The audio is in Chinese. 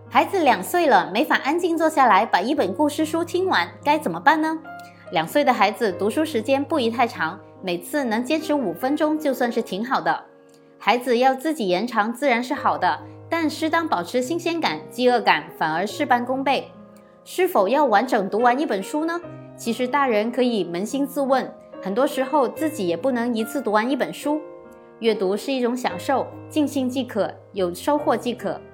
孩子2岁了，没法安静坐下来把一本故事书听完，该怎么办呢？2岁的孩子读书时间不宜太长，每次能坚持5分钟就算是挺好的。孩子要自己延长自然是好的，但适当保持新鲜感、饥饿感反而事半功倍。是否要完整读完一本书呢？其实大人可以扪心自问，很多时候自己也不能一次读完一本书。阅读是一种享受，尽兴即可，有收获即可。